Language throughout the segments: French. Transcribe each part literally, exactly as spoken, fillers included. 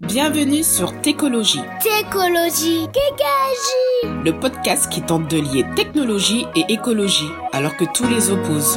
Bienvenue sur Técologie. Técologie, Técologie, le podcast qui tente de lier technologie et écologie, alors que tous les opposent.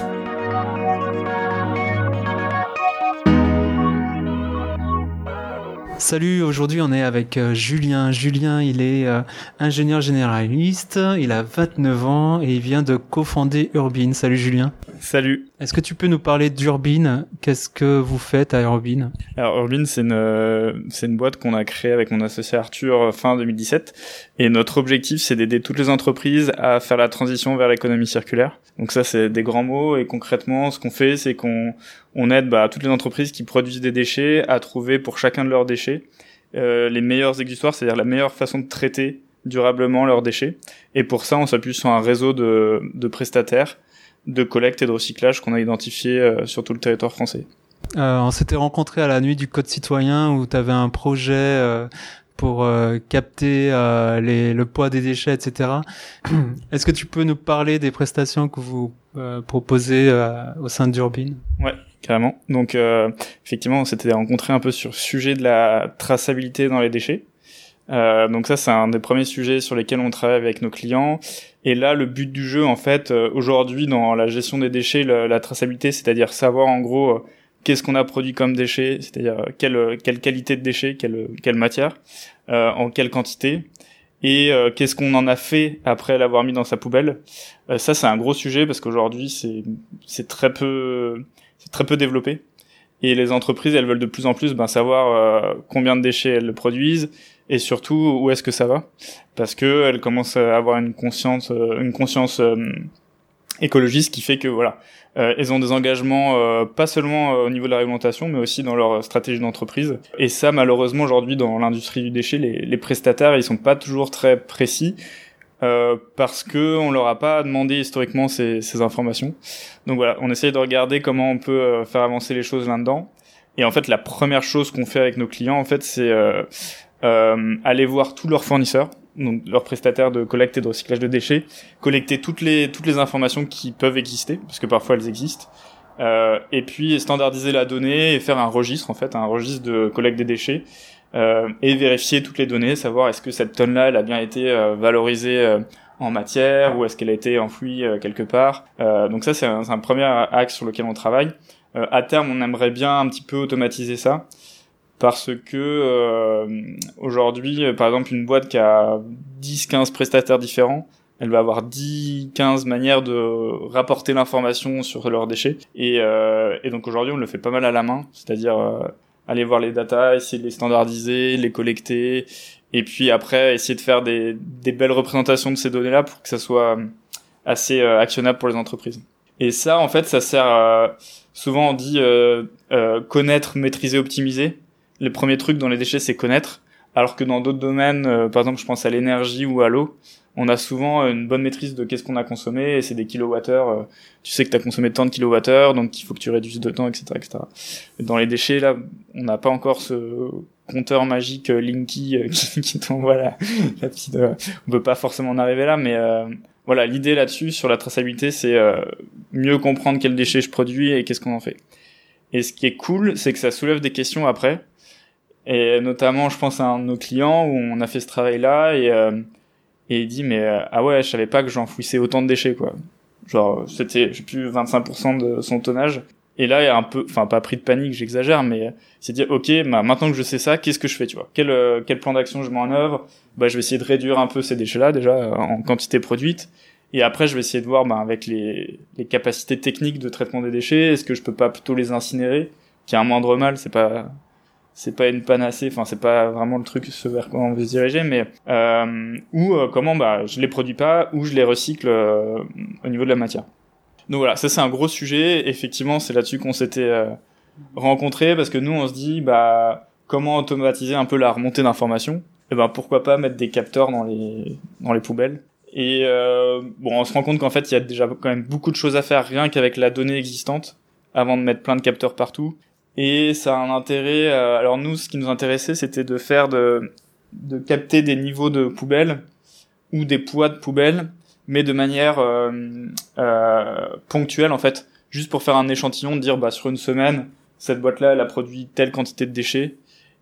Salut, aujourd'hui on est avec euh, Julien. Julien, il est euh, ingénieur généraliste, il a vingt-neuf ans et il vient de cofonder Urbin. Salut Julien. Salut. Est-ce que tu peux nous parler d'Urbin ? Qu'est-ce que vous faites à Urbin ? Alors Urbin, c'est une euh, c'est une boîte qu'on a créée avec mon associé Arthur fin deux mille dix-sept et notre objectif c'est d'aider toutes les entreprises à faire la transition vers l'économie circulaire. Donc ça c'est des grands mots et concrètement ce qu'on fait c'est qu'on on aide bah, toutes les entreprises qui produisent des déchets à trouver pour chacun de leurs déchets euh, les meilleurs exutoires, c'est-à-dire la meilleure façon de traiter durablement leurs déchets. Et pour ça on s'appuie sur un réseau de de prestataires de collecte et de recyclage qu'on a identifié euh, sur tout le territoire français. Euh, on s'était rencontrés à la nuit du Code Citoyen où tu avais un projet euh, pour euh, capter euh, les, le poids des déchets, et cetera. Est-ce que tu peux nous parler des prestations que vous euh, proposez euh, au sein d'Urbin ? Ouais, carrément. Donc euh, effectivement, on s'était rencontrés un peu sur le sujet de la traçabilité dans les déchets. Euh, donc ça, c'est un des premiers sujets sur lesquels on travaille avec nos clients. Et là, le but du jeu, en fait, euh, aujourd'hui, dans la gestion des déchets, la, la traçabilité, c'est-à-dire savoir, en gros, euh, qu'est-ce qu'on a produit comme déchets, c'est-à-dire euh, quelle, quelle qualité de déchets, quelle, quelle matière, euh, en quelle quantité, et euh, qu'est-ce qu'on en a fait après l'avoir mis dans sa poubelle. Euh, ça, c'est un gros sujet parce qu'aujourd'hui, c'est, c'est très peu, c'est très peu développé. Et les entreprises, elles veulent de plus en plus ben, savoir euh, combien de déchets elles produisent et surtout où est-ce que ça va, parce que elles commencent à avoir une conscience, euh, une conscience euh, écologiste qui fait que voilà, euh, elles ont des engagements euh, pas seulement euh, au niveau de la réglementation, mais aussi dans leur stratégie d'entreprise. Et ça, malheureusement, aujourd'hui, dans l'industrie du déchet, les, les prestataires, ils sont pas toujours très précis. Euh, parce que on leur a pas demandé historiquement ces, ces informations. Donc voilà, on essaye de regarder comment on peut euh, faire avancer les choses là-dedans. Et en fait, la première chose qu'on fait avec nos clients, en fait, c'est euh, euh, aller voir tous leurs fournisseurs, donc leurs prestataires de collecte et de recyclage de déchets, collecter toutes les toutes les informations qui peuvent exister, parce que parfois elles existent. Euh, et puis standardiser la donnée et faire un registre, en fait, un registre de collecte des déchets. Euh, et vérifier toutes les données, savoir est-ce que cette tonne-là, elle a bien été euh, valorisée euh, en matière ou est-ce qu'elle a été enfouie euh, quelque part. Euh, donc ça, c'est un, c'est un premier axe sur lequel on travaille. Euh, à terme, on aimerait bien un petit peu automatiser ça parce que euh, aujourd'hui, par exemple, une boîte qui a dix quinze prestataires différents, elle va avoir dix quinze manières de rapporter l'information sur leurs déchets. Et, euh, et donc aujourd'hui, on le fait pas mal à la main, c'est-à-dire... Euh, aller voir les datas, essayer de les standardiser, les collecter, et puis après essayer de faire des, des belles représentations de ces données-là pour que ça soit assez euh, actionnable pour les entreprises. Et ça, en fait, ça sert à... Souvent, on dit euh, euh, connaître, maîtriser, optimiser. Les premiers trucs dans les déchets, c'est connaître, alors que dans d'autres domaines, euh, par exemple, je pense à l'énergie ou à l'eau, on a souvent une bonne maîtrise de qu'est-ce qu'on a consommé, et c'est des kilowattheures. Euh, tu sais que tu as consommé tant de kilowattheures, donc il faut que tu réduises de temps, et cetera, et cetera. Dans les déchets, là, on n'a pas encore ce compteur magique euh, Linky euh, qui, qui t'envoie la, la petite... Euh, on peut pas forcément en arriver là, mais euh, voilà, l'idée là-dessus, sur la traçabilité, c'est euh, mieux comprendre quels déchets je produis et qu'est-ce qu'on en fait. Et ce qui est cool, c'est que ça soulève des questions après, et notamment, je pense à un de nos clients où on a fait ce travail-là, et... Euh, et il dit mais euh, ah ouais, je savais pas que j'enfouissais autant de déchets quoi. Genre c'était je sais plus vingt-cinq pour cent de son tonnage. Et là il y a un peu enfin pas pris de panique, j'exagère, mais euh, c'est dire OK, bah maintenant que je sais ça, qu'est-ce que je fais, tu vois? Quel euh, quel plan d'action je mets en œuvre? Bah je vais essayer de réduire un peu ces déchets là déjà euh, en quantité produite. Et après je vais essayer de voir bah avec les les capacités techniques de traitement des déchets, est-ce que je peux pas plutôt les incinérer, qui a un moindre mal, c'est pas c'est pas une panacée, enfin c'est pas vraiment le truc ce vers quoi on veut se diriger, mais euh, ou euh, comment bah je les produis pas ou je les recycle euh, au niveau de la matière. Donc voilà, ça c'est un gros sujet. Effectivement, c'est là-dessus qu'on s'était euh, rencontrés parce que nous on se dit bah comment automatiser un peu la remontée d'informations. Et ben pourquoi pas mettre des capteurs dans les dans les poubelles. Et euh, bon, on se rend compte qu'en fait il y a déjà quand même beaucoup de choses à faire rien qu'avec la donnée existante avant de mettre plein de capteurs partout. Et ça a un intérêt, euh, alors nous, ce qui nous intéressait, c'était de faire de, de capter des niveaux de poubelles ou des poids de poubelles, mais de manière euh, euh, ponctuelle, en fait, juste pour faire un échantillon, de dire, bah, sur une semaine, cette boîte-là, elle a produit telle quantité de déchets,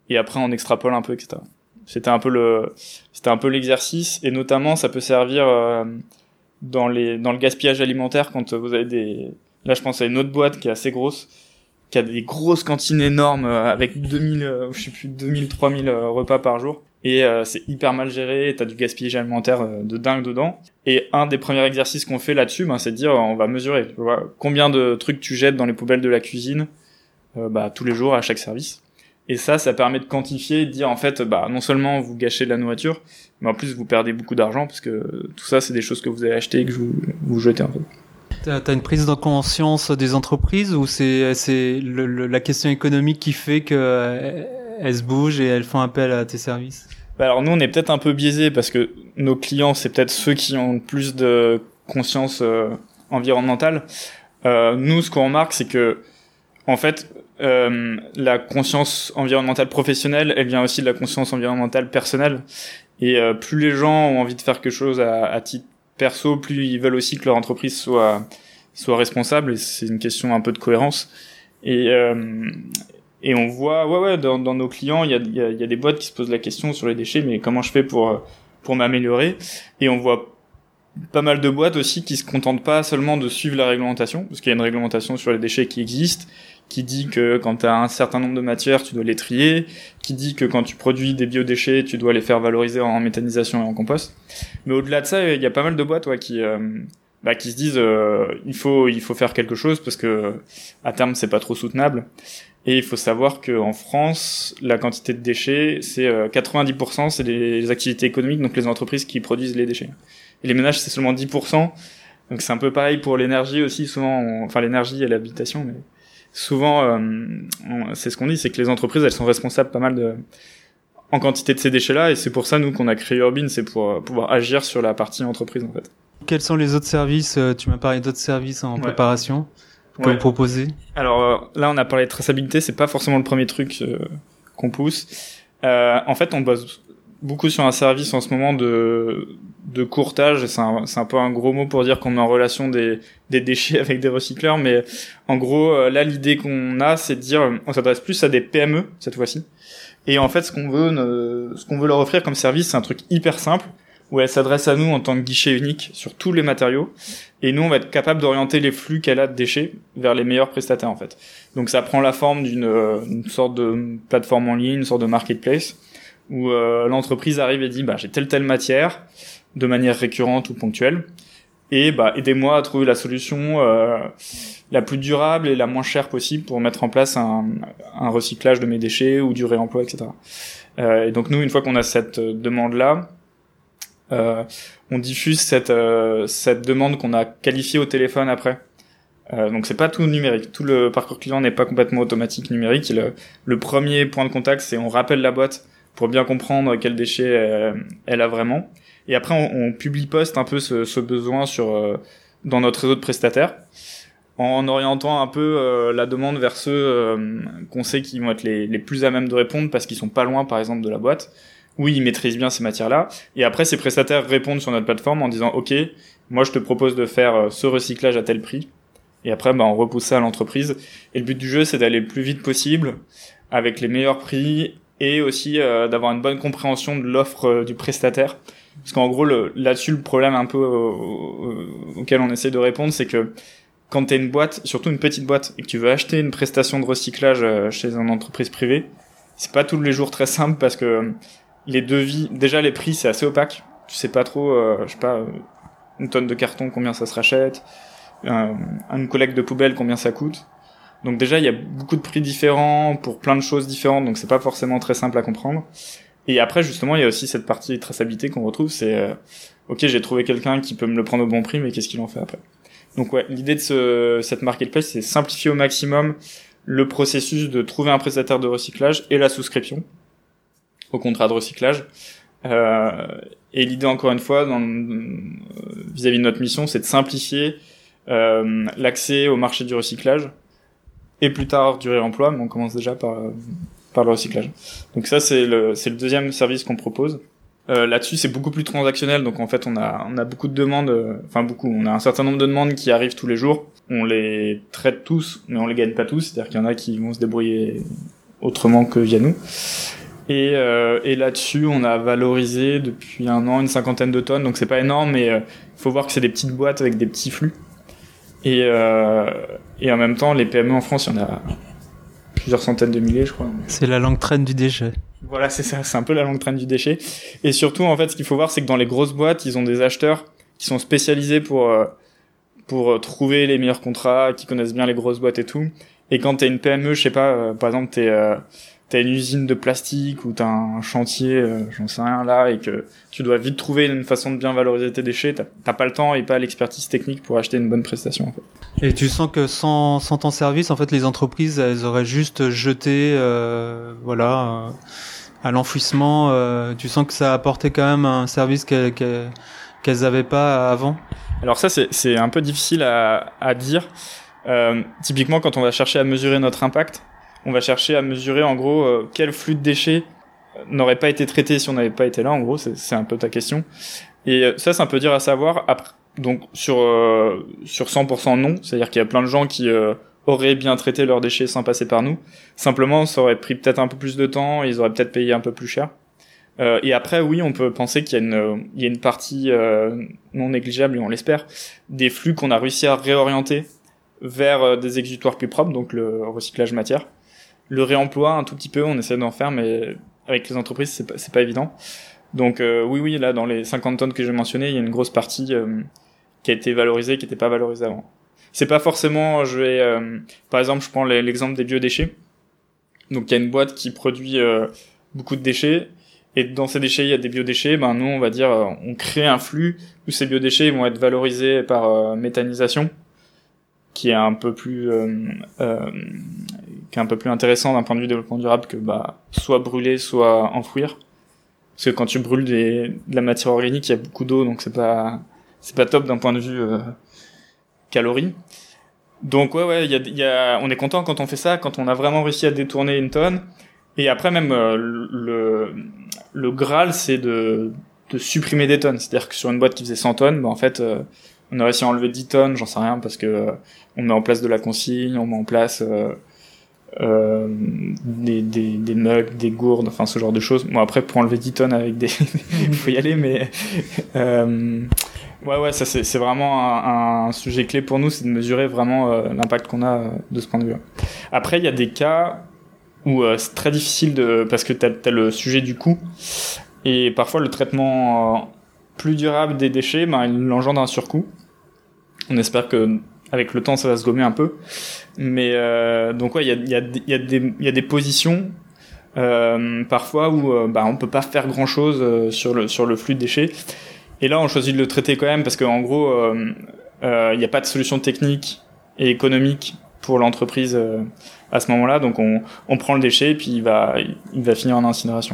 et après on extrapole un peu, et cetera. C'était un peu le, c'était un peu l'exercice, et notamment ça peut servir euh, dans les, dans le gaspillage alimentaire quand vous avez des, là je pense à une autre boîte qui est assez grosse, qui a des grosses cantines énormes euh, avec deux mille, euh, je sais plus, deux mille, trois mille euh, repas par jour, et euh, c'est hyper mal géré, et t'as du gaspillage alimentaire euh, de dingue dedans. Et un des premiers exercices qu'on fait là-dessus, ben, c'est de dire, on va mesurer, tu vois, combien de trucs tu jettes dans les poubelles de la cuisine, euh, bah, tous les jours à chaque service. Et ça, ça permet de quantifier et de dire, en fait, bah, non seulement vous gâchez de la nourriture, mais en plus vous perdez beaucoup d'argent, parce que tout ça, c'est des choses que vous avez achetées et que vous, vous jetez un peu. T'as, t'as une prise de conscience des entreprises, ou c'est, c'est le, le, la question économique qui fait que euh, elles se bougent et elles font appel à tes services? Bah alors nous, on est peut-être un peu biaisés parce que nos clients, c'est peut-être ceux qui ont le plus de conscience euh, environnementale. Euh, nous, ce qu'on remarque, c'est que, en fait, euh, la conscience environnementale professionnelle, elle vient aussi de la conscience environnementale personnelle. Et euh, plus les gens ont envie de faire quelque chose à, à titre perso, plus ils veulent aussi que leur entreprise soit soit responsable. Et c'est une question un peu de cohérence. Et euh, Et on voit, ouais, ouais, dans, dans nos clients, il y a, il y a, il y a des boîtes qui se posent la question sur les déchets, mais comment je fais pour, pour m'améliorer? Et on voit pas mal de boîtes aussi qui se contentent pas seulement de suivre la réglementation, parce qu'il y a une réglementation sur les déchets qui existe, qui dit que quand tu as un certain nombre de matières, tu dois les trier, qui dit que quand tu produis des biodéchets, tu dois les faire valoriser en méthanisation et en compost. Mais au-delà de ça, il y a pas mal de boîtes, ouais, qui, euh, bah, qui se disent, euh, il faut, il faut faire quelque chose parce que, à terme, c'est pas trop soutenable. Et il faut savoir que en France, la quantité de déchets, c'est euh, quatre-vingt-dix pour cent, c'est les, les activités économiques, donc les entreprises qui produisent les déchets. Et les ménages, c'est seulement dix pour cent. Donc c'est un peu pareil pour l'énergie aussi. Souvent, on, enfin l'énergie et l'habitation, mais souvent, euh, on, c'est ce qu'on dit, c'est que les entreprises, elles sont responsables pas mal de en quantité de ces déchets-là. Et c'est pour ça nous qu'on a créé Urbin, c'est pour euh, pouvoir agir sur la partie entreprise en fait. Quels sont les autres services? Tu m'as parlé d'autres services en ouais. préparation. Que ouais. vous proposez? Alors euh, là, on a parlé de traçabilité, c'est pas forcément le premier truc euh, qu'on pousse. Euh, en fait, on bosse beaucoup sur un service en ce moment de de courtage. C'est un, c'est un peu un gros mot pour dire qu'on met en relation des des déchets avec des recycleurs, mais en gros, euh, là, l'idée qu'on a, c'est de dire, on s'adresse plus à des P M E cette fois-ci. Et en fait, ce qu'on veut, ne, ce qu'on veut leur offrir comme service, c'est un truc hyper simple, où elle s'adresse à nous en tant que guichet unique sur tous les matériaux. Et nous, on va être capable d'orienter les flux qu'elle a de déchets vers les meilleurs prestataires, en fait. Donc, ça prend la forme d'une euh, une sorte de plateforme en ligne, une sorte de marketplace, où euh, l'entreprise arrive et dit, bah, j'ai telle telle matière, de manière récurrente ou ponctuelle, et bah, aidez-moi à trouver la solution euh, la plus durable et la moins chère possible pour mettre en place un, un recyclage de mes déchets ou du réemploi, et cetera. Euh, et donc, nous, une fois qu'on a cette demande-là, Euh, on diffuse cette euh, cette demande qu'on a qualifiée au téléphone après. Euh, donc c'est pas tout numérique. Tout le parcours client n'est pas complètement automatique numérique. Le, le premier point de contact, c'est on rappelle la boîte pour bien comprendre quel déchet euh, elle a vraiment. Et après on, on publie post un peu ce, ce besoin sur euh, dans notre réseau de prestataires, en orientant un peu euh, la demande vers ceux euh, qu'on sait qui vont être les, les plus à même de répondre parce qu'ils sont pas loin par exemple de la boîte. Oui, ils maîtrisent bien ces matières-là. Et après, ces prestataires répondent sur notre plateforme en disant « Ok, moi, je te propose de faire ce recyclage à tel prix. » Et après, bah, on repousse ça à l'entreprise. Et le but du jeu, c'est d'aller le plus vite possible avec les meilleurs prix et aussi euh, d'avoir une bonne compréhension de l'offre euh, du prestataire. Parce qu'en gros, le, là-dessus, le problème un peu euh, euh, auquel on essaie de répondre, c'est que quand t'es une boîte, surtout une petite boîte, et que tu veux acheter une prestation de recyclage euh, chez une entreprise privée, c'est pas tous les jours très simple parce que les devis, déjà les prix c'est assez opaque, tu sais pas trop, euh, je sais pas, euh, une tonne de carton combien ça se rachète, euh, une collecte de poubelle combien ça coûte. Donc déjà il y a beaucoup de prix différents pour plein de choses différentes, donc c'est pas forcément très simple à comprendre. Et après justement il y a aussi cette partie traçabilité qu'on retrouve, c'est euh, ok j'ai trouvé quelqu'un qui peut me le prendre au bon prix, mais qu'est-ce qu'il en fait après? Donc ouais, l'idée de ce, cette marketplace c'est simplifier au maximum le processus de trouver un prestataire de recyclage et la souscription au contrat de recyclage. Euh, et l'idée, encore une fois, dans, vis-à-vis de notre mission, c'est de simplifier euh, l'accès au marché du recyclage et plus tard du réemploi, mais on commence déjà par, par le recyclage. Donc ça, c'est le, c'est le deuxième service qu'on propose. Euh, là-dessus, c'est beaucoup plus transactionnel, donc en fait, on a, on a beaucoup de demandes, euh, enfin beaucoup, on a un certain nombre de demandes qui arrivent tous les jours. On les traite tous, mais on les gagne pas tous, c'est-à-dire qu'il y en a qui vont se débrouiller autrement que via nous. Et, euh, et là-dessus, on a valorisé depuis un an une cinquantaine de tonnes, donc c'est pas énorme, mais il euh, faut voir que c'est des petites boîtes avec des petits flux. Et, euh, et en même temps, les P M E en France, il y en a plusieurs centaines de milliers, je crois. C'est la longue traîne du déchet. Voilà, c'est ça, c'est un peu la longue traîne du déchet. Et surtout, en fait, ce qu'il faut voir, c'est que dans les grosses boîtes, ils ont des acheteurs qui sont spécialisés pour euh, pour trouver les meilleurs contrats, qui connaissent bien les grosses boîtes et tout. Et quand t'es une P M E, je sais pas, euh, par exemple, t'es euh, t'as une usine de plastique ou t'as un chantier, euh, j'en sais rien là, et que tu dois vite trouver une façon de bien valoriser tes déchets, t'as, t'as pas le temps et pas l'expertise technique pour acheter une bonne prestation, en fait. Et tu sens que sans, sans ton service, en fait, les entreprises, elles auraient juste jeté, euh, voilà, euh, à l'enfouissement. Euh, tu sens que ça a apporté quand même un service qu'elles, qu'elles, qu'elles avaient pas avant? Alors ça, c'est, c'est un peu difficile à, à dire. Euh, typiquement, quand on va chercher à mesurer notre impact, on va chercher à mesurer en gros euh, quel flux de déchets n'aurait pas été traité si on n'avait pas été là. En gros, c'est, c'est un peu ta question. Et euh, ça, c'est un peu dur à savoir. Après, donc sur euh, sur cent pour cent non, c'est-à-dire qu'il y a plein de gens qui euh, auraient bien traité leurs déchets sans passer par nous. Simplement, ça aurait pris peut-être un peu plus de temps, et ils auraient peut-être payé un peu plus cher. Euh, et après, oui, on peut penser qu'il y a une il y a une partie euh, non négligeable, et on l'espère, des flux qu'on a réussi à réorienter vers euh, des exutoires plus propres, donc le recyclage matière. Le réemploi, un tout petit peu, on essaie d'en faire, mais avec les entreprises, c'est pas, c'est pas évident. Donc euh, oui, oui, là, dans les cinquante tonnes que j'ai mentionnées, il y a une grosse partie euh, qui a été valorisée, qui n'était pas valorisée avant. C'est pas forcément, je vais, euh, par exemple, je prends les, l'exemple des biodéchets. Donc il y a une boîte qui produit euh, beaucoup de déchets, et dans ces déchets, il y a des biodéchets. Ben nous, on va dire, euh, on crée un flux où ces biodéchets vont être valorisés par euh, méthanisation, qui est un peu plus euh, euh, qui est un peu plus intéressant d'un point de vue développement durable que bah soit brûler, soit enfouir. Parce que quand tu brûles des, de la matière organique, il y a beaucoup d'eau, donc c'est pas c'est pas top d'un point de vue euh, calories. Donc ouais ouais, il y a, y a on est content quand on fait ça, quand on a vraiment réussi à détourner une tonne. Et après même euh, le le Graal, c'est de de supprimer des tonnes. C'est-à-dire que sur une boîte qui faisait cent tonnes, bah en fait euh, on a réussi à enlever dix tonnes, j'en sais rien, parce que euh, on met en place de la consigne, on met en place euh, euh, des, des, des mugs, des gourdes, enfin ce genre de choses. Bon après, pour enlever dix tonnes avec des... il faut y aller, mais... Euh, ouais, ouais, ça c'est, c'est vraiment un, un sujet clé pour nous, c'est de mesurer vraiment euh, l'impact qu'on a euh, de ce point de vue. Après, il y a des cas où euh, c'est très difficile de... parce que t'as, t'as le sujet du coût, et parfois le traitement... Euh, plus durable des déchets, ben, il engendre un surcoût. On espère que avec le temps ça va se gommer un peu, mais euh, donc ouais, il y a il y a il y a des il y a des positions euh, parfois où euh, bah on peut pas faire grand chose euh, sur le sur le flux de déchets, et là on choisit de le traiter quand même parce que en gros euh, euh, il y a pas de solution technique et économique pour l'entreprise euh, à ce moment-là, donc on on prend le déchet et puis il va il va finir en incinération.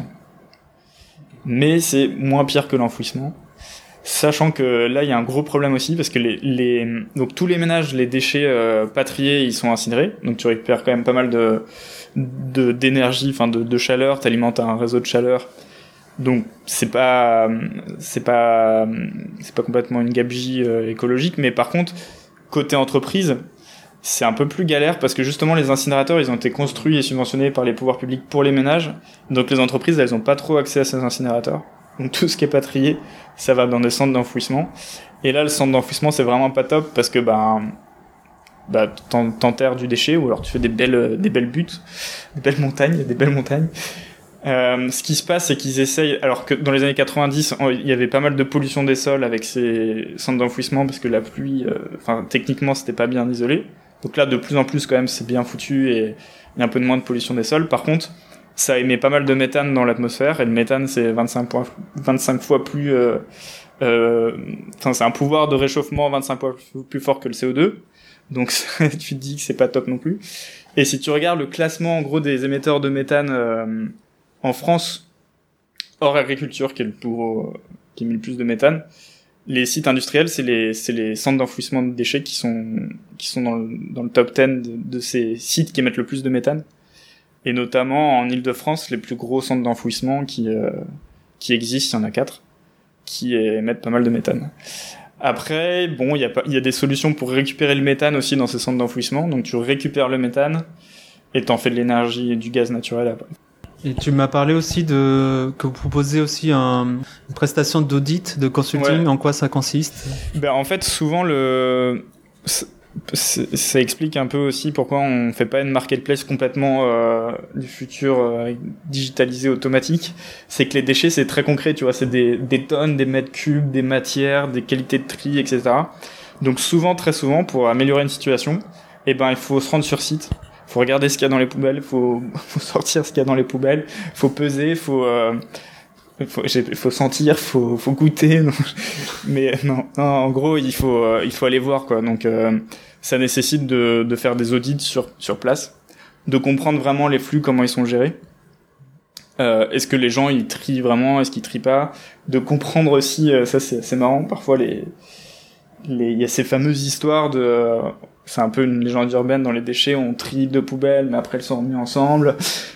Mais c'est moins pire que l'enfouissement. Sachant que là, il y a un gros problème aussi, parce que les, les donc tous les ménages, les déchets euh, patriés, ils sont incinérés. Donc tu récupères quand même pas mal de, de d'énergie, enfin de, de chaleur. T'alimentes un réseau de chaleur. Donc c'est pas c'est pas c'est pas complètement une gabegie euh, écologique. Mais par contre, côté entreprise, c'est un peu plus galère parce que justement les incinérateurs, ils ont été construits et subventionnés par les pouvoirs publics pour les ménages. Donc les entreprises, elles ont pas trop accès à ces incinérateurs. Donc tout ce qui est patrié, ça va dans des centres d'enfouissement. Et là, le centre d'enfouissement, c'est vraiment pas top parce que bah, bah t'en, t'enterres du déchet ou alors tu fais des belles, des belles buttes, des belles montagnes, des belles montagnes. Euh, ce qui se passe, c'est qu'ils essayent. Alors que dans les années quatre-vingt-dix, il y avait pas mal de pollution des sols avec ces centres d'enfouissement parce que la pluie, enfin euh, techniquement, c'était pas bien isolé. Donc là, de plus en plus, quand même, c'est bien foutu et il y a un peu de moins de pollution des sols. Par contre, ça émet pas mal de méthane dans l'atmosphère, et le méthane, c'est vingt-cinq, points, vingt-cinq fois plus... Euh, euh, enfin, c'est un pouvoir de réchauffement vingt-cinq fois plus fort que le C O deux, donc tu te dis que c'est pas top non plus. Et si tu regardes le classement, en gros, des émetteurs de méthane euh, en France, hors agriculture, qui est le plus gros, qui émet le plus de méthane, les sites industriels, c'est les, c'est les centres d'enfouissement de déchets qui sont, qui sont dans le, dans le top dix de, de ces sites qui émettent le plus de méthane. Et notamment en Île-de-France, les plus gros centres d'enfouissement qui euh, qui existent, il y en a quatre, qui émettent pas mal de méthane. Après, bon, il y a pas, il y a des solutions pour récupérer le méthane aussi dans ces centres d'enfouissement. Donc tu récupères le méthane, et t'en fais de l'énergie et du gaz naturel après. Et tu m'as parlé aussi de que vous proposez aussi un, une prestation d'audit, de consulting. Ouais. En quoi ça consiste? Ben en fait, souvent le ça explique un peu aussi pourquoi on fait pas une marketplace complètement euh, du futur euh, digitalisé automatique. C'est que les déchets c'est très concret, tu vois, c'est des, des tonnes, des mètres cubes, des matières, des qualités de tri, et cetera. Donc souvent, très souvent, pour améliorer une situation, eh ben il faut se rendre sur site, faut regarder ce qu'il y a dans les poubelles, faut, faut sortir ce qu'il y a dans les poubelles, faut peser, faut euh, faut, faut sentir, faut, faut goûter. Non. Mais non, non, en gros, il faut, euh, il faut aller voir quoi. Donc euh, ça nécessite de, de faire des audits sur, sur place, de comprendre vraiment les flux, comment ils sont gérés. Euh, est-ce que les gens ils trient vraiment, est-ce qu'ils trient pas, de comprendre aussi, euh, ça c'est, c'est marrant, parfois les, les, il y a ces fameuses histoires de, euh, c'est un peu une légende urbaine dans les déchets, on trie deux poubelles, mais après elles sont remises ensemble.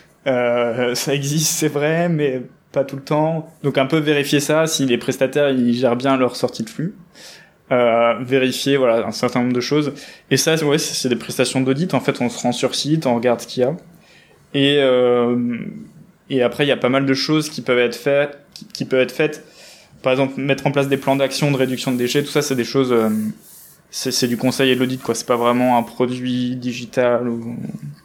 Euh, ça existe, c'est vrai, mais pas tout le temps. Donc un peu vérifier ça, si les prestataires ils gèrent bien leur sortie de flux. Euh, vérifier voilà un certain nombre de choses. Et ça, ouais, c'est, c'est des prestations d'audit. En fait, on se rend sur site, on regarde ce qu'il y a. Et euh, et après, il y a pas mal de choses qui peuvent être faites, qui, qui peuvent être faites. Par exemple, mettre en place des plans d'action de réduction de déchets. Tout ça, c'est des choses. Euh, c'est, c'est du conseil et de l'audit, quoi. C'est pas vraiment un produit digital. Ou...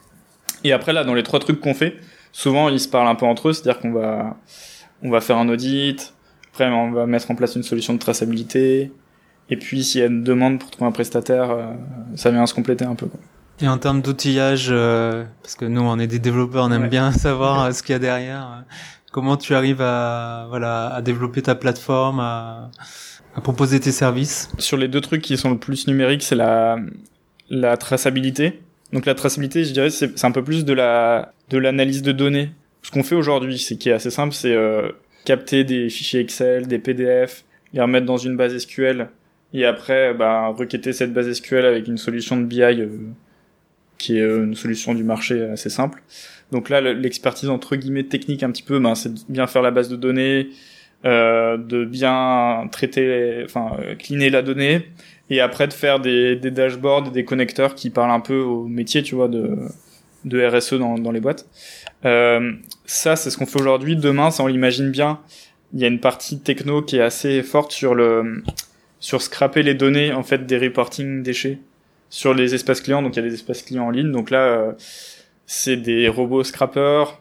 Et après, là, dans les trois trucs qu'on fait, souvent, ils se parlent un peu entre eux. C'est-à-dire qu'on va, on va faire un audit. Après, on va mettre en place une solution de traçabilité. Et puis, s'il y a une demande pour trouver un prestataire, euh, ça vient se compléter un peu, quoi. Et en termes d'outillage, euh, parce que nous, on est des développeurs, on aime ouais. bien savoir euh, ce qu'il y a derrière. Euh, comment tu arrives à, voilà, à développer ta plateforme, à, à proposer tes services? Sur les deux trucs qui sont le plus numériques, c'est la, la traçabilité. Donc, la traçabilité, je dirais, c'est, c'est un peu plus de la, de l'analyse de données. Ce qu'on fait aujourd'hui, c'est qui est assez simple, c'est euh, capter des fichiers Excel, des P D F, les remettre dans une base S Q L. Et après, bah, requêter cette base S Q L avec une solution de B I euh, qui est euh, une solution du marché assez simple. Donc là, l'expertise entre guillemets technique un petit peu, bah, c'est de bien faire la base de données, euh, de bien traiter, enfin, euh, cleaner la donnée, et après de faire des, des dashboards, des connecteurs qui parlent un peu au métier, tu vois, de, de R S E dans, dans les boîtes. Euh, ça, c'est ce qu'on fait aujourd'hui. Demain, ça on l'imagine bien. Il y a une partie techno qui est assez forte sur le sur scraper les données en fait des reporting déchets sur les espaces clients. Donc il y a des espaces clients en ligne, donc là euh, c'est des robots scrappers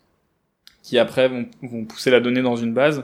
qui après vont, vont pousser la donnée dans une base,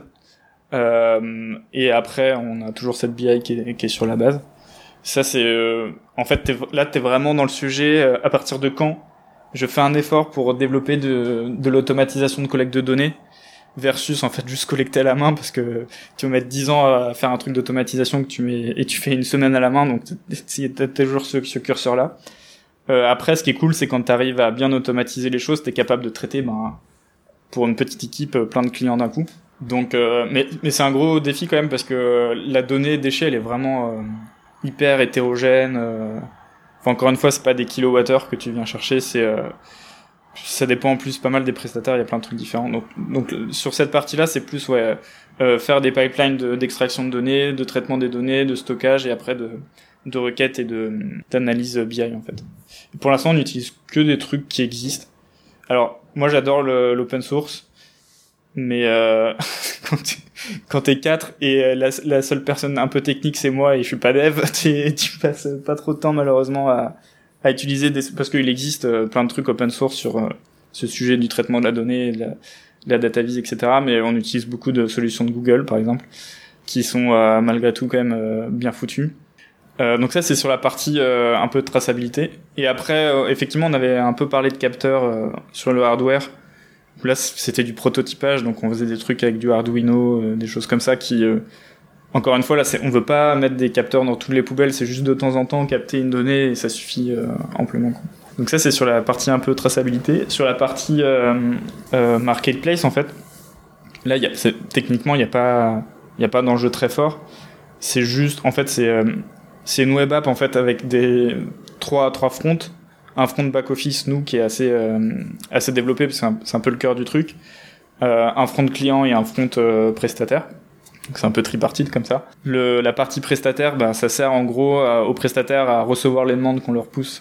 euh, et après on a toujours cette B I qui est, qui est sur la base. Ça c'est euh, en fait t'es, là t'es vraiment dans le sujet. Euh, à partir de quand je fais un effort pour développer de, de l'automatisation de collecte de données versus en fait juste collecter à la main, parce que tu vas mettre dix ans à faire un truc d'automatisation que tu mets et tu fais une semaine à la main, donc t'as toujours ce, ce curseur là. Euh, après, ce qui est cool, c'est quand t'arrives à bien automatiser les choses, t'es capable de traiter ben pour une petite équipe plein de clients d'un coup. Donc euh, mais mais c'est un gros défi quand même, parce que la donnée déchet elle est vraiment euh, hyper hétérogène. Euh... Enfin, encore une fois, c'est pas des kilowattheures que tu viens chercher, c'est euh... ça dépend en plus pas mal des prestataires, il y a plein de trucs différents. Donc, donc sur cette partie-là, c'est plus ouais euh, faire des pipelines de, d'extraction de données, de traitement des données, de stockage et après de, de requêtes et de d'analyse B I en fait. Et pour l'instant, on n'utilise que des trucs qui existent. Alors moi, j'adore le, l'open source, mais euh, quand tu, quand t'es quatre et la, la seule personne un peu technique c'est moi et je suis pas dev, tu, tu passes pas trop de temps malheureusement à à utiliser des, parce qu'il existe euh, plein de trucs open source sur euh, ce sujet du traitement de la donnée, de la, de la data vis, et cetera. Mais on utilise beaucoup de solutions de Google, par exemple, qui sont euh, malgré tout quand même euh, bien foutues. Euh, donc ça, c'est sur la partie euh, un peu de traçabilité. Et après, euh, effectivement, on avait un peu parlé de capteurs euh, sur le hardware. Là, c'était du prototypage, donc on faisait des trucs avec du Arduino, euh, des choses comme ça qui... Euh, Encore une fois, là, c'est, on veut pas mettre des capteurs dans toutes les poubelles, c'est juste de temps en temps capter une donnée et ça suffit euh, amplement, quoi. Donc ça, c'est sur la partie un peu traçabilité. Sur la partie euh, euh, marketplace, en fait, là, y a, c'est, techniquement, il n'y a pas, il y a pas d'enjeu très fort. C'est juste, en fait, c'est, euh, c'est une web app en fait avec des trois trois fronts, un front back office, nous, qui est assez euh, assez développé, parce que c'est un, c'est un peu le cœur du truc, euh, un front client et un front euh, prestataire. Donc c'est un peu tripartite comme ça. Le, la partie prestataire, ben, ça sert en gros à, aux prestataires à recevoir les demandes qu'on leur pousse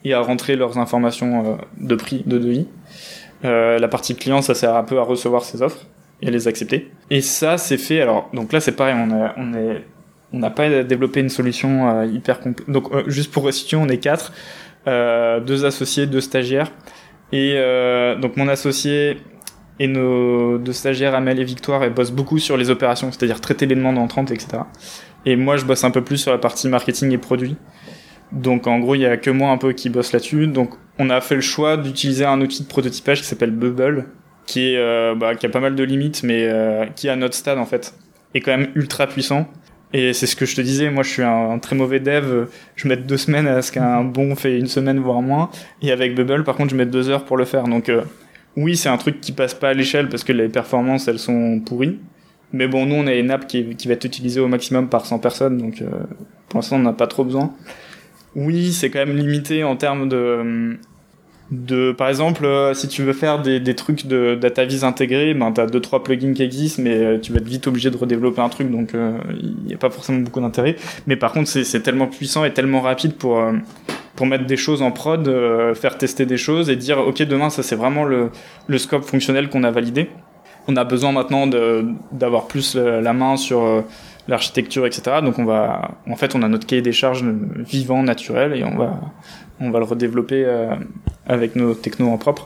et à rentrer leurs informations euh, de prix, de devis. Euh, la partie client, ça sert un peu à recevoir ces offres et à les accepter. Et ça, c'est fait. Alors, donc là, c'est pareil. On a, on est, on n'a pas développé une solution euh, hyper compl- donc euh, juste pour resituer, on est quatre, euh, deux associés, deux stagiaires. Et euh, donc mon associé et nos deux stagiaires, Amel et Victoire, elles bossent beaucoup sur les opérations, c'est-à-dire traiter les demandes entrantes, et cetera. Et moi, je bosse un peu plus sur la partie marketing et produits. Donc en gros, il y a que moi un peu qui bosse là-dessus. Donc on a fait le choix d'utiliser un outil de prototypage qui s'appelle Bubble, qui est euh, bah, qui a pas mal de limites, mais euh, qui à notre stade en fait est quand même ultra puissant. Et c'est ce que je te disais, moi je suis un, un très mauvais dev, je mets deux semaines à ce qu'un bon fait une semaine voire moins. Et avec Bubble, par contre, je mets deux heures pour le faire. Donc euh, oui, c'est un truc qui passe pas à l'échelle parce que les performances elles sont pourries. Mais bon, nous on a une app qui, qui va être utilisée au maximum par cent personnes, donc euh, pour l'instant on n'a pas trop besoin. Oui, c'est quand même limité en termes de, de, par exemple, euh, si tu veux faire des, des trucs de data vis intégrés, ben t'as deux trois plugins qui existent, mais euh, tu vas être vite obligé de redévelopper un truc, donc il euh, y a pas forcément beaucoup d'intérêt. Mais par contre, c'est, c'est tellement puissant et tellement rapide pour euh, pour mettre des choses en prod, euh, faire tester des choses et dire ok demain ça c'est vraiment le le scope fonctionnel qu'on a validé. On a besoin maintenant de d'avoir plus la main sur euh, l'architecture, et cetera. Donc on va, en fait, on a notre cahier des charges vivant, naturel, et on va, on va le redévelopper euh, avec nos technos en propre.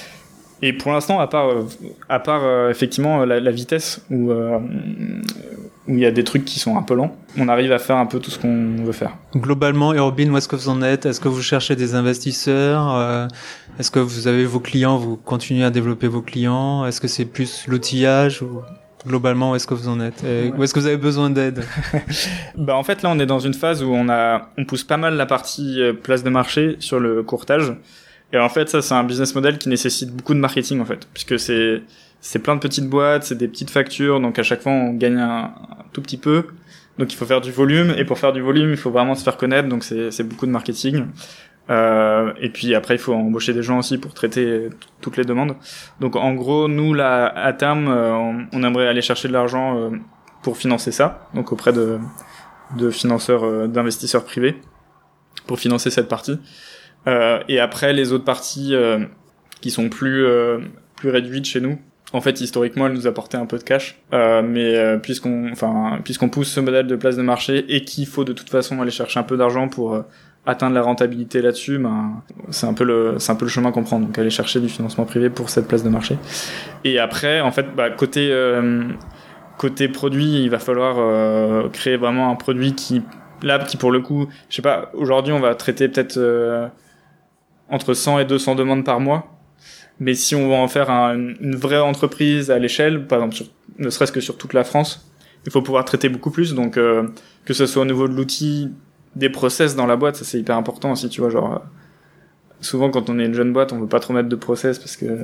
Et pour l'instant, à part, euh, à part euh, effectivement la, la vitesse où euh, où il y a des trucs qui sont un peu lents, on arrive à faire un peu tout ce qu'on veut faire. Globalement, Eurobin, où est-ce que vous en êtes ? Est-ce que vous cherchez des investisseurs ? euh, Est-ce que vous avez vos clients ? Vous continuez à développer vos clients ? Est-ce que c'est plus l'outillage ou globalement, où est-ce que vous en êtes ? Et où est-ce que vous avez besoin d'aide ? Bah en fait là, on est dans une phase où on a, on pousse pas mal la partie place de marché sur le courtage. Et en fait, ça, c'est un business model qui nécessite beaucoup de marketing, en fait, puisque c'est, c'est plein de petites boîtes, c'est des petites factures, donc à chaque fois, on gagne un, un tout petit peu. Donc, il faut faire du volume, et pour faire du volume, il faut vraiment se faire connaître, donc c'est, c'est beaucoup de marketing. Euh, et puis après, il faut embaucher des gens aussi pour traiter t- toutes les demandes. Donc, en gros, nous, là, à terme, euh, on, on aimerait aller chercher de l'argent euh, pour financer ça, donc auprès de, de financeurs, euh, d'investisseurs privés, pour financer cette partie. Euh, et après les autres parties euh, qui sont plus euh, plus réduites chez nous, en fait historiquement elles nous apportaient un peu de cash, euh, mais euh, puisqu'on enfin puisqu'on pousse ce modèle de place de marché et qu'il faut de toute façon aller chercher un peu d'argent pour euh, atteindre la rentabilité là-dessus, ben c'est un peu le c'est un peu le chemin qu'on prend, donc aller chercher du financement privé pour cette place de marché. Et après en fait bah côté euh, côté produit, il va falloir euh, créer vraiment un produit qui là qui pour le coup, je sais pas, aujourd'hui on va traiter peut-être euh, entre cent et deux cents demandes par mois. Mais si on va en faire un, une vraie entreprise à l'échelle, par exemple, sur, ne serait-ce que sur toute la France, il faut pouvoir traiter beaucoup plus. Donc, euh, que ce soit au niveau de l'outil, des process dans la boîte, ça c'est hyper important aussi, tu vois. Genre, euh, souvent quand on est une jeune boîte, on veut pas trop mettre de process parce que euh,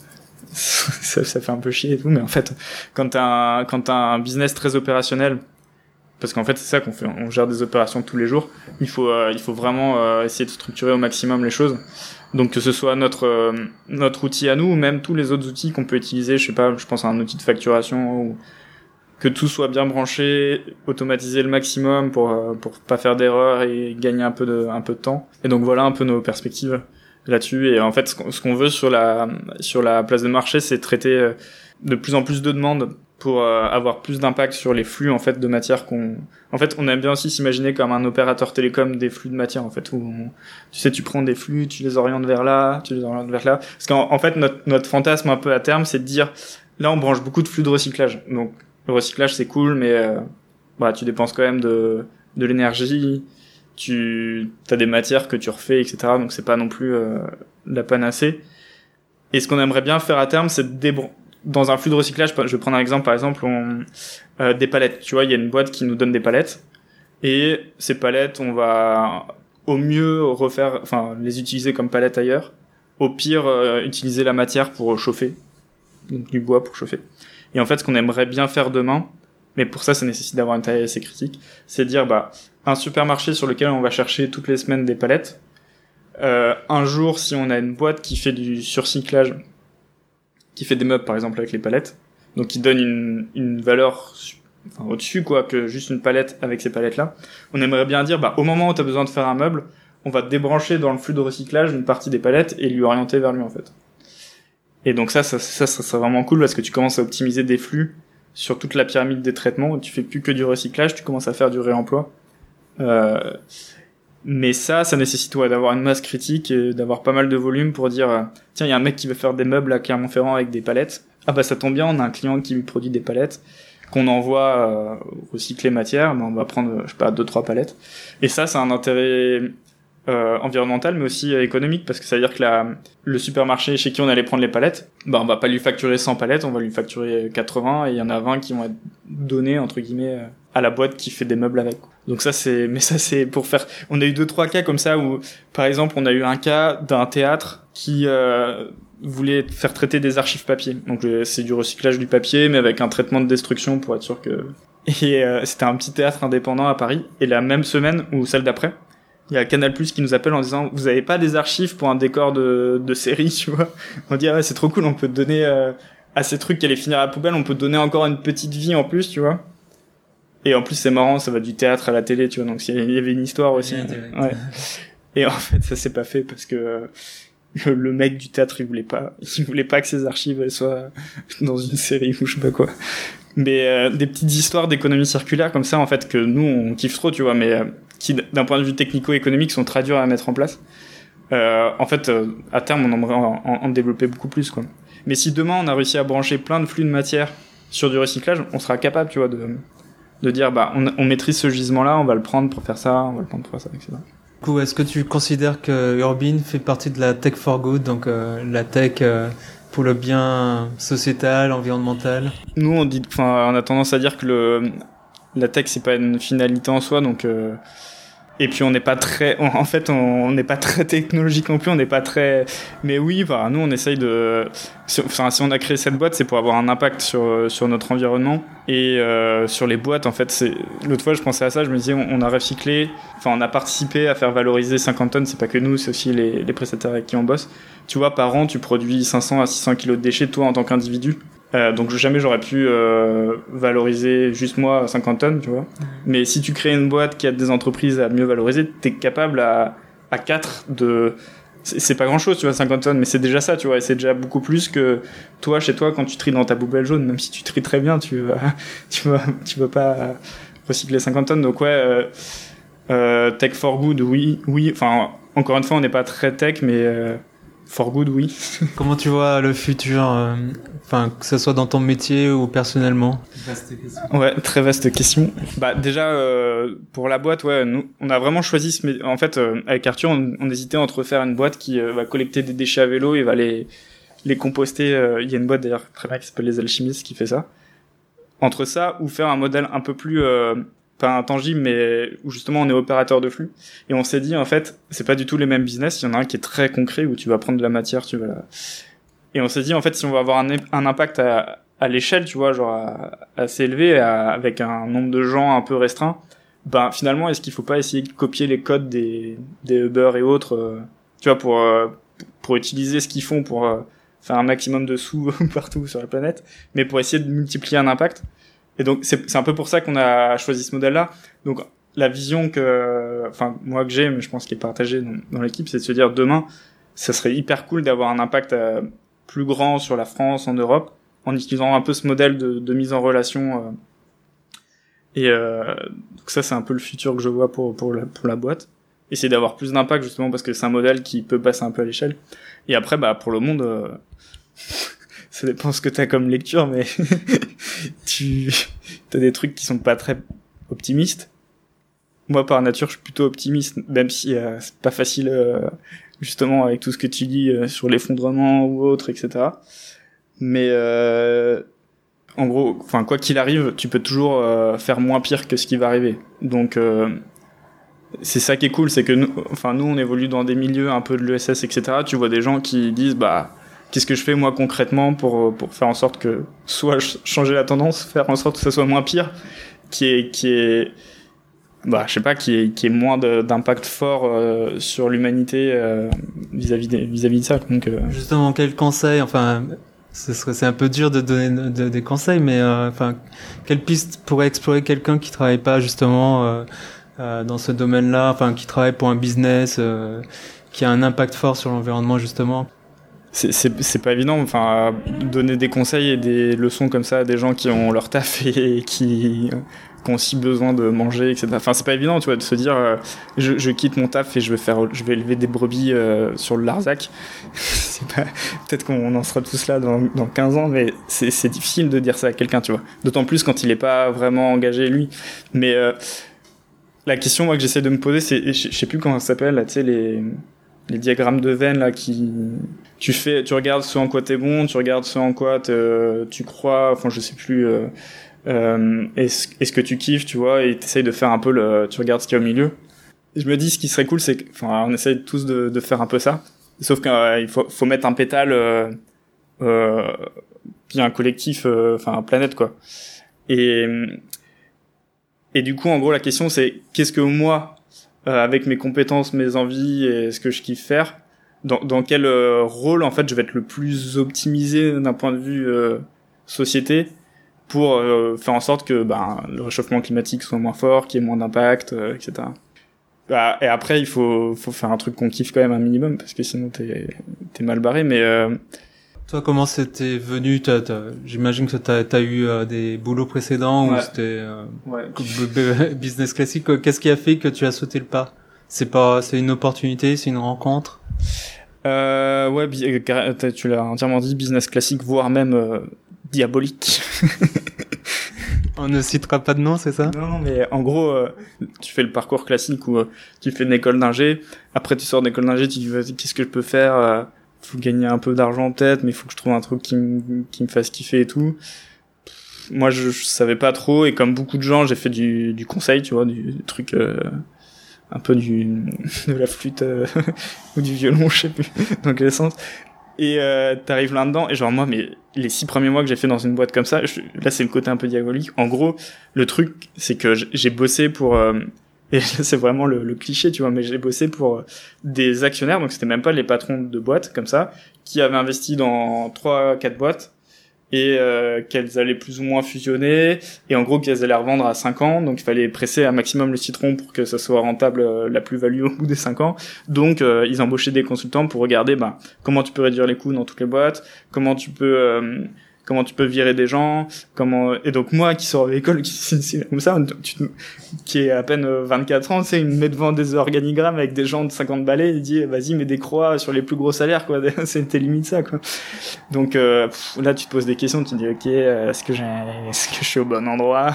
ça, ça fait un peu chier et tout. Mais en fait, quand t'as un, quand t'as un business très opérationnel, parce qu'en fait c'est ça qu'on fait, on gère des opérations tous les jours, il faut euh, il faut vraiment euh, essayer de structurer au maximum les choses, donc que ce soit notre euh, notre outil à nous ou même tous les autres outils qu'on peut utiliser, je sais pas, je pense à un outil de facturation, ou que tout soit bien branché, automatiser le maximum pour euh, pour pas faire d'erreurs et gagner un peu de un peu de temps. Et donc voilà un peu nos perspectives là-dessus. Et en fait ce qu'on, ce qu'on veut sur la sur la place de marché, c'est traiter euh, de plus en plus de demandes pour euh, avoir plus d'impact sur les flux en fait de matière qu'on en fait on aime bien aussi s'imaginer comme un opérateur télécom des flux de matière en fait, où on... tu sais tu prends des flux, tu les orientes vers là, tu les orientes vers là, parce qu'en en fait notre notre fantasme un peu à terme, c'est de dire là on branche beaucoup de flux de recyclage, donc le recyclage c'est cool, mais euh, bah tu dépenses quand même de de l'énergie, tu t'as des matières que tu refais, etc., donc c'est pas non plus euh, la panacée. Et ce qu'on aimerait bien faire à terme, c'est de débrancher dans un flux de recyclage. Je vais prendre un exemple, par exemple, on, euh, des palettes. Tu vois, il y a une boîte qui nous donne des palettes, et ces palettes, on va au mieux refaire, enfin, les utiliser comme palettes ailleurs. Au pire, euh, utiliser la matière pour chauffer, donc du bois pour chauffer. Et en fait, ce qu'on aimerait bien faire demain, mais pour ça, ça nécessite d'avoir une taille assez critique, c'est de dire, bah, un supermarché sur lequel on va chercher toutes les semaines des palettes. Euh, un jour, si on a une boîte qui fait du surcyclage, qui fait des meubles par exemple avec les palettes, donc qui donne une, une valeur enfin, au-dessus quoi que juste une palette avec ces palettes là, on aimerait bien dire bah au moment où tu as besoin de faire un meuble, on va débrancher dans le flux de recyclage une partie des palettes et lui orienter vers lui en fait. Et donc ça, ça, ça, ça serait vraiment cool parce que tu commences à optimiser des flux sur toute la pyramide des traitements. Tu fais plus que du recyclage, tu commences à faire du réemploi. Euh, mais ça, ça nécessite ouais, d'avoir une masse critique et d'avoir pas mal de volume pour dire euh, tiens, il y a un mec qui veut faire des meubles à Clermont-Ferrand avec des palettes. Ah bah ça tombe bien, on a un client qui lui produit des palettes qu'on envoie euh, recycler matière, ben on va prendre je sais pas deux trois palettes. Et ça, c'est un intérêt Euh, environnemental mais aussi euh, économique parce que ça veut dire que la, le supermarché chez qui on allait prendre les palettes, bah on va pas lui facturer cent palettes, on va lui facturer quatre-vingts et il y en a vingt qui vont être donnés entre guillemets à la boîte qui fait des meubles avec. Donc ça c'est mais ça c'est pour faire on a eu deux trois cas comme ça où par exemple on a eu un cas d'un théâtre qui euh, voulait faire traiter des archives papier. Donc euh, c'est du recyclage du papier mais avec un traitement de destruction pour être sûr que et euh, c'était un petit théâtre indépendant à Paris et la même semaine ou celle d'après il y a Canal+ qui nous appelle en disant vous avez pas des archives pour un décor de de série, tu vois. On dit ah ouais, c'est trop cool, on peut te donner euh, à ces trucs qui allaient finir à la poubelle, on peut te donner encore une petite vie en plus, tu vois. Et en plus c'est marrant, ça va du théâtre à la télé, tu vois. Donc il y avait une histoire aussi. Ouais. Et en fait, ça s'est pas fait parce que le, le mec du théâtre, il voulait pas il voulait pas que ses archives elles soient dans une série ou je sais pas quoi. Mais euh, des petites histoires d'économie circulaire comme ça en fait que nous on kiffe trop, tu vois, mais euh, qui d'un point de vue technico-économique sont très durs à mettre en place. Euh, en fait, euh, à terme, on aimerait en, en, en développer beaucoup plus, quoi. Mais si demain on a réussi à brancher plein de flux de matière sur du recyclage, on sera capable, tu vois, de de dire bah on, on maîtrise ce gisement-là, on va le prendre pour faire ça, on va le prendre pour faire ça, et cetera. Du coup, est-ce que tu considères que Urbin fait partie de la tech for good, donc euh, la tech euh, pour le bien sociétal, environnemental? Nous, on dit, enfin, on a tendance à dire que le la tech c'est pas une finalité en soi, donc euh, et puis on n'est pas très, on, en fait, on n'est pas très technologique non plus, on n'est pas très, mais oui, bah, nous on essaye de, enfin si on a créé cette boîte, c'est pour avoir un impact sur sur notre environnement et euh, sur les boîtes. En fait, c'est l'autre fois je pensais à ça, je me disais on, on a recyclé, enfin on a participé à faire valoriser cinquante tonnes, c'est pas que nous, c'est aussi les les prestataires avec qui on bosse. Tu vois, par an tu produis cinq cents à six cents kilos de déchets toi en tant qu'individu. Euh, donc jamais j'aurais pu euh, valoriser juste moi cinquante tonnes, tu vois. Mmh. Mais si tu crées une boîte qui a des entreprises à mieux valoriser, t'es capable à à quatre de c'est, c'est pas grand chose, tu vois, cinquante tonnes, mais c'est déjà ça, tu vois, et c'est déjà beaucoup plus que toi chez toi quand tu tries dans ta poubelle jaune, même si tu tries très bien, tu vas tu vas tu vas pas recycler cinquante tonnes. Donc ouais, euh, euh, tech for good, oui, oui. Enfin encore une fois, on n'est pas très tech, mais euh, for good, oui. Comment tu vois le futur, euh, enfin que ce soit dans ton métier ou personnellement? Vaste question. Ouais, très vaste question. Bah déjà euh, pour la boîte, ouais, nous on a vraiment choisi ce mé- en fait euh, avec Arthur, on, on hésitait entre faire une boîte qui euh, va collecter des déchets à vélo et va les les composter. Euh, il y a une boîte d'ailleurs très bien qui s'appelle Les Alchimistes qui fait ça. Entre ça ou faire un modèle un peu plus euh, pas intangible, mais où justement on est opérateur de flux. Et on s'est dit, en fait, c'est pas du tout les mêmes business. Il y en a un qui est très concret, où tu vas prendre de la matière, tu vas la... Et on s'est dit, en fait, si on va avoir un, un impact à, à l'échelle, tu vois, genre à, assez élevé, à, avec un nombre de gens un peu restreint, ben finalement, est-ce qu'il faut pas essayer de copier les codes des, des Uber et autres, euh, tu vois, pour, euh, pour utiliser ce qu'ils font pour euh, faire un maximum de sous partout sur la planète, mais pour essayer de multiplier un impact. Et donc c'est c'est un peu pour ça qu'on a choisi ce modèle-là. Donc la vision que, enfin moi que j'ai, mais je pense qu'il est partagé dans, dans l'équipe, c'est de se dire demain, ça serait hyper cool d'avoir un impact euh, plus grand sur la France, en Europe, en utilisant un peu ce modèle de, de mise en relation. Euh, et euh, donc ça c'est un peu le futur que je vois pour pour la pour la boîte. Essayer d'avoir plus d'impact justement parce que c'est un modèle qui peut passer un peu à l'échelle. Et après bah pour le monde. Euh, ça dépend ce que t'as comme lecture, mais tu t'as des trucs qui sont pas très optimistes. Moi, par nature, je suis plutôt optimiste, même si euh, c'est pas facile, euh, justement, avec tout ce que tu dis euh, sur l'effondrement ou autre, et cetera. Mais euh, en gros, enfin quoi qu'il arrive, tu peux toujours euh, faire moins pire que ce qui va arriver. Donc euh, c'est ça qui est cool, c'est que nous, enfin nous, on évolue dans des milieux un peu de l'E S S, et cetera. Tu vois des gens qui disent bah qu'est-ce que je fais moi concrètement pour pour faire en sorte que soit changer la tendance, faire en sorte que ça soit moins pire, qui est qui est bah je sais pas qui est qui est moins de, d'impact fort euh, sur l'humanité euh, vis-à-vis de, vis-à-vis de ça. Donc euh... justement quel conseil, enfin ce serait c'est un peu dur de donner de, de, des conseils, mais euh, enfin quelle piste pourrait explorer quelqu'un qui travaille pas justement euh, euh, dans ce domaine-là, enfin qui travaille pour un business euh, qui a un impact fort sur l'environnement justement? C'est, c'est, c'est pas évident, enfin, donner des conseils et des leçons comme ça à des gens qui ont leur taf et qui, qui ont aussi besoin de manger, et cetera. Enfin, c'est pas évident, tu vois, de se dire, euh, je, je quitte mon taf et je vais faire, je vais élever des brebis euh, sur le Larzac. C'est pas, peut-être qu'on en sera tous là dans, dans quinze ans, mais c'est, c'est difficile de dire ça à quelqu'un, tu vois. D'autant plus quand il est pas vraiment engagé, lui. Mais euh, la question, moi, que j'essaie de me poser, c'est, je, je sais plus comment ça s'appelle, là, tu sais, les... les diagrammes de veine là qui tu fais tu regardes ce en quoi t'es bon, tu regardes ce en quoi tu crois, enfin je sais plus euh, euh, est-ce, est-ce que tu kiffes, tu vois, et t'essayes de faire un peu le tu regardes ce qu'il y a au milieu. Et je me dis ce qui serait cool, c'est que enfin on essaye tous de de faire un peu ça, sauf qu'il euh, faut faut mettre un pétale euh, euh puis un collectif euh, enfin planète quoi. Et et du coup en gros la question c'est qu'est-ce que moi Euh, avec mes compétences, mes envies et ce que je kiffe faire, dans, dans quel euh, rôle en fait je vais être le plus optimisé d'un point de vue euh, société pour euh, faire en sorte que ben, le réchauffement climatique soit moins fort, qu'il y ait moins d'impact, euh, et cetera. Bah, et après il faut, faut faire un truc qu'on kiffe quand même un minimum parce que sinon t'es, t'es mal barré. Mais euh... toi, comment c'était venu? T'as, t'as, j'imagine que t'as, t'as eu euh, des boulots précédents ouais. où c'était euh, ouais. business classique. Qu'est-ce qui a fait que tu as sauté le pas? C'est pas, c'est une opportunité, c'est une rencontre? Euh, ouais, tu l'as entièrement dit, business classique, voire même euh, diabolique. On ne citera pas de nom, c'est ça? Non, non, mais en gros, euh, tu fais le parcours classique où euh, tu fais une école d'ingé, après tu sors d'école d'ingé, tu dis vas-y, qu'est-ce que je peux faire, euh, faut gagner un peu d'argent peut-être, mais il faut que je trouve un truc qui me qui me fasse kiffer et tout. Moi, je, je savais pas trop, et comme beaucoup de gens, j'ai fait du du conseil, tu vois, du, du truc euh, un peu du de la flûte euh, ou du violon, je sais plus dans quel sens. Et euh, t'arrives là-dedans, et genre moi, mais les six premiers mois que j'ai fait dans une boîte comme ça, je, là c'est le côté un peu diabolique. En gros, le truc, c'est que j'ai bossé pour, euh, et c'est vraiment le, le cliché, tu vois, mais j'ai bossé pour des actionnaires, donc c'était même pas les patrons de boîtes comme ça, qui avaient investi dans trois, quatre boîtes, et euh, qu'elles allaient plus ou moins fusionner, et en gros qu'elles allaient revendre à cinq ans, donc il fallait presser un maximum le citron pour que ça soit rentable, euh, la plus-value au bout des cinq ans. Donc euh, ils embauchaient des consultants pour regarder bah, comment tu peux réduire les coûts dans toutes les boîtes, comment tu peux euh, comment tu peux virer des gens, comment et donc moi qui sors de l'école qui c'est comme ça, tu, qui est à peine vingt-quatre ans, tu sais, il me met devant des organigrammes avec des gens de cinquante balais, il dit vas-y mets des croix sur les plus gros salaires quoi, c'était limite ça quoi. Donc euh, pff, là tu te poses des questions, tu te dis ok, est-ce que j'ai est-ce que je suis au bon endroit.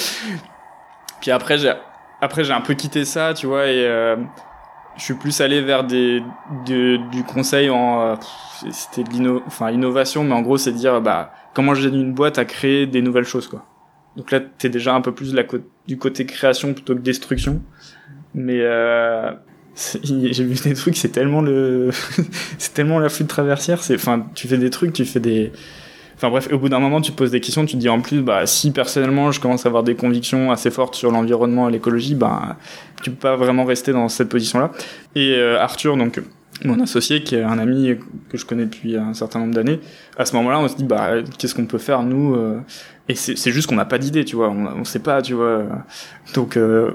Puis après j'ai après j'ai un peu quitté ça, tu vois, et euh, je suis plus allé vers des de, du conseil en euh, c'était de l'inno enfin innovation, mais en gros c'est dire bah comment j'aide une boîte à créer des nouvelles choses quoi. Donc là t'es déjà un peu plus la co- du côté création plutôt que destruction. Mais euh, j'ai vu des trucs, c'est tellement le c'est tellement la flûte traversière, c'est enfin tu fais des trucs, tu fais des enfin bref, au bout d'un moment tu te poses des questions, tu te dis en plus bah si personnellement je commence à avoir des convictions assez fortes sur l'environnement et l'écologie, bah tu peux pas vraiment rester dans cette position là. Et euh, Arthur, donc mon associé qui est un ami que je connais depuis un certain nombre d'années, à ce moment-là on se dit bah qu'est-ce qu'on peut faire nous, euh, et c'est c'est juste qu'on n'a pas d'idée, tu vois, on, on sait pas, tu vois, donc euh,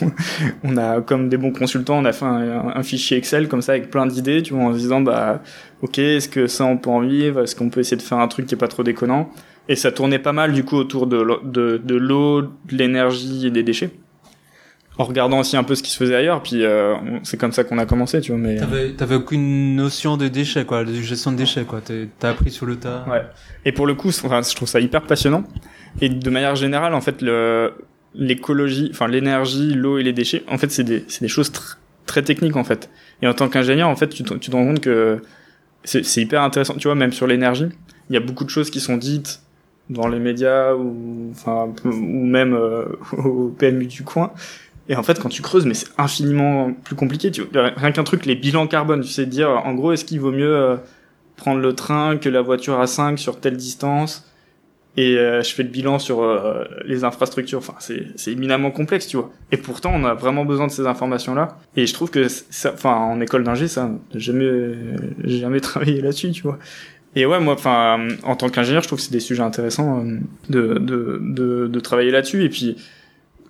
on a comme des bons consultants on a fait un, un fichier Excel comme ça avec plein d'idées, tu vois, en se disant bah ok, est-ce que ça on peut en vivre, est-ce qu'on peut essayer de faire un truc qui est pas trop déconnant, et ça tournait pas mal du coup autour de de, de l'eau, de l'énergie et des déchets, en regardant aussi un peu ce qui se faisait ailleurs, puis euh, c'est comme ça qu'on a commencé, tu vois. Mais t'avais, t'avais aucune notion de déchets, quoi, de gestion de déchets, quoi. T'es, t'as appris sur le tas. Ouais. Et pour le coup, enfin, je trouve ça hyper passionnant. Et de manière générale, en fait, le l'écologie, enfin l'énergie, l'eau et les déchets, en fait, c'est des c'est des choses tr- très techniques en fait. Et en tant qu'ingénieur, en fait, tu te, tu te rends compte que c'est c'est hyper intéressant. Tu vois, même sur l'énergie, il y a beaucoup de choses qui sont dites dans les médias ou enfin ou même euh, au P M U du coin. Et en fait, quand tu creuses, mais c'est infiniment plus compliqué. Tu vois, rien qu'un truc, les bilans carbone, tu sais dire, en gros, est-ce qu'il vaut mieux euh, prendre le train que la voiture à cinq sur telle distance, et euh, je fais le bilan sur euh, les infrastructures. Enfin, c'est, c'est éminemment complexe, tu vois. Et pourtant, on a vraiment besoin de ces informations-là. Et je trouve que, ça, enfin, en école d'ingé, ça, j'ai jamais, j'ai jamais travaillé là-dessus, tu vois. Et ouais, moi, enfin, en tant qu'ingénieur, je trouve que c'est des sujets intéressants euh, de, de, de, de travailler là-dessus. Et puis,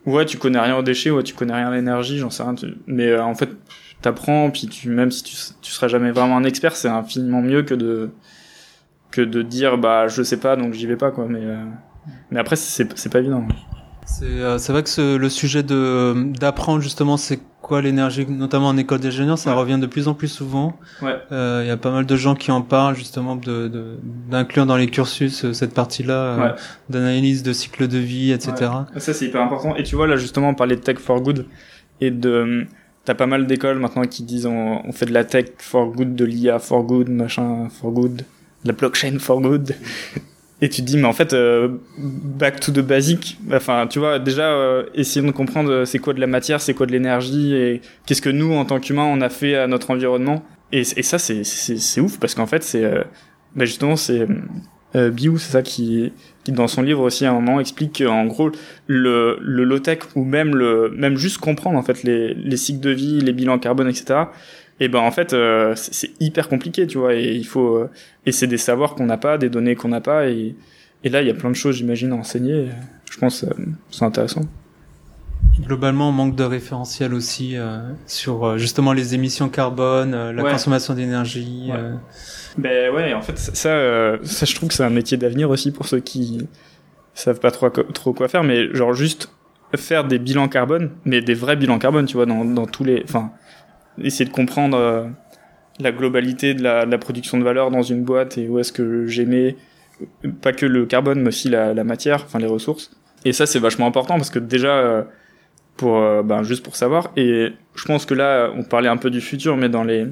ouais, tu connais rien aux déchets, ouais, tu connais rien à l'énergie, j'en sais rien. Tu... Mais euh, en fait, t'apprends, puis tu, même si tu, tu seras jamais vraiment un expert, c'est infiniment mieux que de que de dire bah je sais pas donc j'y vais pas quoi. Mais euh... mais après c'est c'est pas évident. C'est euh, c'est vrai que ce, le sujet de d'apprendre justement c'est quoi l'énergie, notamment en école d'ingénieur, ça ouais. revient de plus en plus souvent. Ouais. Euh, y a pas mal de gens qui en parlent justement de, de d'inclure dans les cursus cette partie-là ouais. euh, d'analyse de cycle de vie, et cetera. Ouais. Ça c'est hyper important. Et tu vois là justement on parlait de tech for good et de t'as pas mal d'écoles maintenant qui disent on, on fait de la tech for good, de l'I A for good, machin for good, de la blockchain for good. Et tu te dis mais en fait euh, back to the basic, enfin tu vois déjà euh, essayons de comprendre c'est quoi de la matière, c'est quoi de l'énergie et qu'est-ce que nous en tant qu'humains on a fait à notre environnement et, et ça c'est c'est c'est ouf parce qu'en fait c'est euh, bah justement c'est euh, Biou c'est ça qui qui dans son livre aussi à un moment explique qu'en gros le le low tech ou même le même juste comprendre en fait les les cycles de vie, les bilans carbone et cetera. Et ben en fait euh, c'est, c'est hyper compliqué tu vois et il faut euh, et c'est des savoirs qu'on n'a pas, des données qu'on n'a pas et et là il y a plein de choses j'imagine à enseigner. Je pense euh, c'est intéressant. Globalement on manque de référentiels aussi euh, sur euh, justement les émissions carbone, euh, la ouais. consommation d'énergie. Ouais. Euh... Ben ouais en fait ça euh, ça je trouve que c'est un métier d'avenir aussi pour ceux qui savent pas trop trop quoi faire mais genre juste faire des bilans carbone mais des vrais bilans carbone tu vois dans dans tous les enfin essayer de comprendre euh, la globalité de la, de la production de valeur dans une boîte et où est-ce que j'émets pas que le carbone mais aussi la, la matière, enfin les ressources. Et ça c'est vachement important parce que déjà euh, pour euh, ben juste pour savoir et je pense que là on parlait un peu du futur mais dans les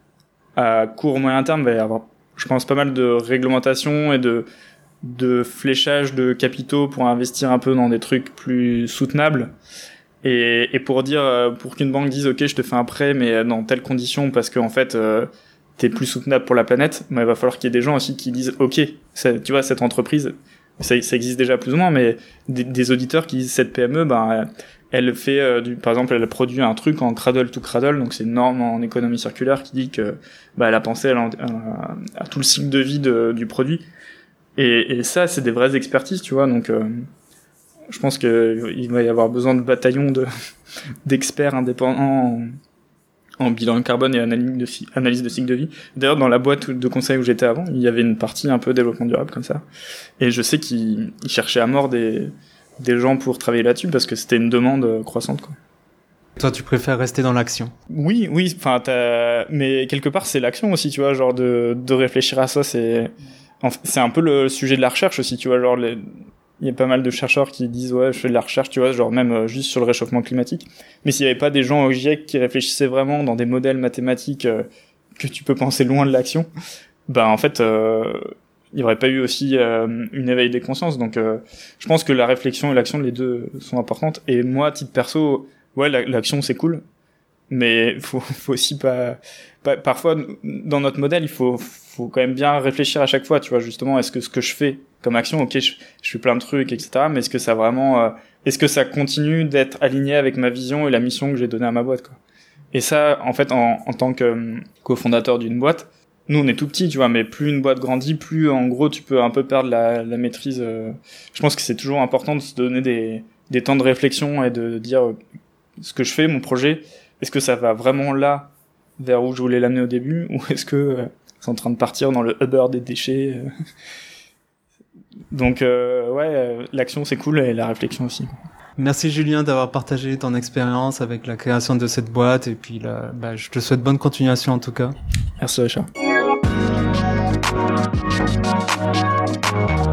à court moyen terme il va y avoir je pense pas mal de réglementation et de de fléchage de capitaux pour investir un peu dans des trucs plus soutenables. Et, et pour dire, pour qu'une banque dise, ok, je te fais un prêt, mais dans telles conditions, parce qu'en fait, euh, t'es plus soutenable pour la planète, mais il va falloir qu'il y ait des gens aussi qui disent, ok, ça, tu vois, cette entreprise, ça, ça existe déjà plus ou moins, mais des, des auditeurs qui disent, cette P M E, ben, elle fait, euh, du, par exemple, elle produit un truc en cradle to cradle, donc c'est une norme en économie circulaire qui dit que, bah, elle a pensé à, à, à tout le cycle de vie de, du produit. Et, et ça, c'est des vraies expertises, tu vois, donc, euh, je pense que il va y avoir besoin de bataillons de d'experts indépendants en, en bilan carbone et analyse de, analyse de cycle de vie. D'ailleurs, dans la boîte de conseil où j'étais avant, il y avait une partie un peu développement durable comme ça. Et je sais qu'ils ils cherchaient à mort des des gens pour travailler là-dessus parce que c'était une demande croissante, quoi. Toi, tu préfères rester dans l'action? Oui, oui. Enfin, t'as... mais quelque part, c'est l'action aussi, tu vois, genre de de réfléchir à ça. C'est c'est un peu le sujet de la recherche aussi, tu vois, genre les il y a pas mal de chercheurs qui disent ouais je fais de la recherche tu vois genre même euh, juste sur le réchauffement climatique mais s'il y avait pas des gens au GIEC qui réfléchissaient vraiment dans des modèles mathématiques euh, que tu peux penser loin de l'action ben en fait euh, il y aurait pas eu aussi euh, une éveil des consciences donc euh, je pense que la réflexion et l'action les deux sont importantes et moi à titre perso ouais la, l'action c'est cool mais faut faut aussi pas, pas parfois dans notre modèle il faut faut quand même bien réfléchir à chaque fois tu vois justement est-ce que ce que je fais comme action ok je, je fais plein de trucs etc mais est-ce que ça vraiment euh, est-ce que ça continue d'être aligné avec ma vision et la mission que j'ai donnée à ma boîte quoi et ça en fait en, en tant que euh, cofondateur d'une boîte nous on est tout petit tu vois mais plus une boîte grandit plus en gros tu peux un peu perdre la, la maîtrise euh, je pense que c'est toujours important de se donner des des temps de réflexion et de dire euh, ce que je fais mon projet est-ce que ça va vraiment là vers où je voulais l'amener au début ou est-ce que euh, c'est en train de partir dans le Uber des déchets euh... Donc euh, ouais, euh, l'action c'est cool et la réflexion aussi. Merci Julien d'avoir partagé ton expérience avec la création de cette boîte et puis là, bah, je te souhaite bonne continuation en tout cas. Merci Richard.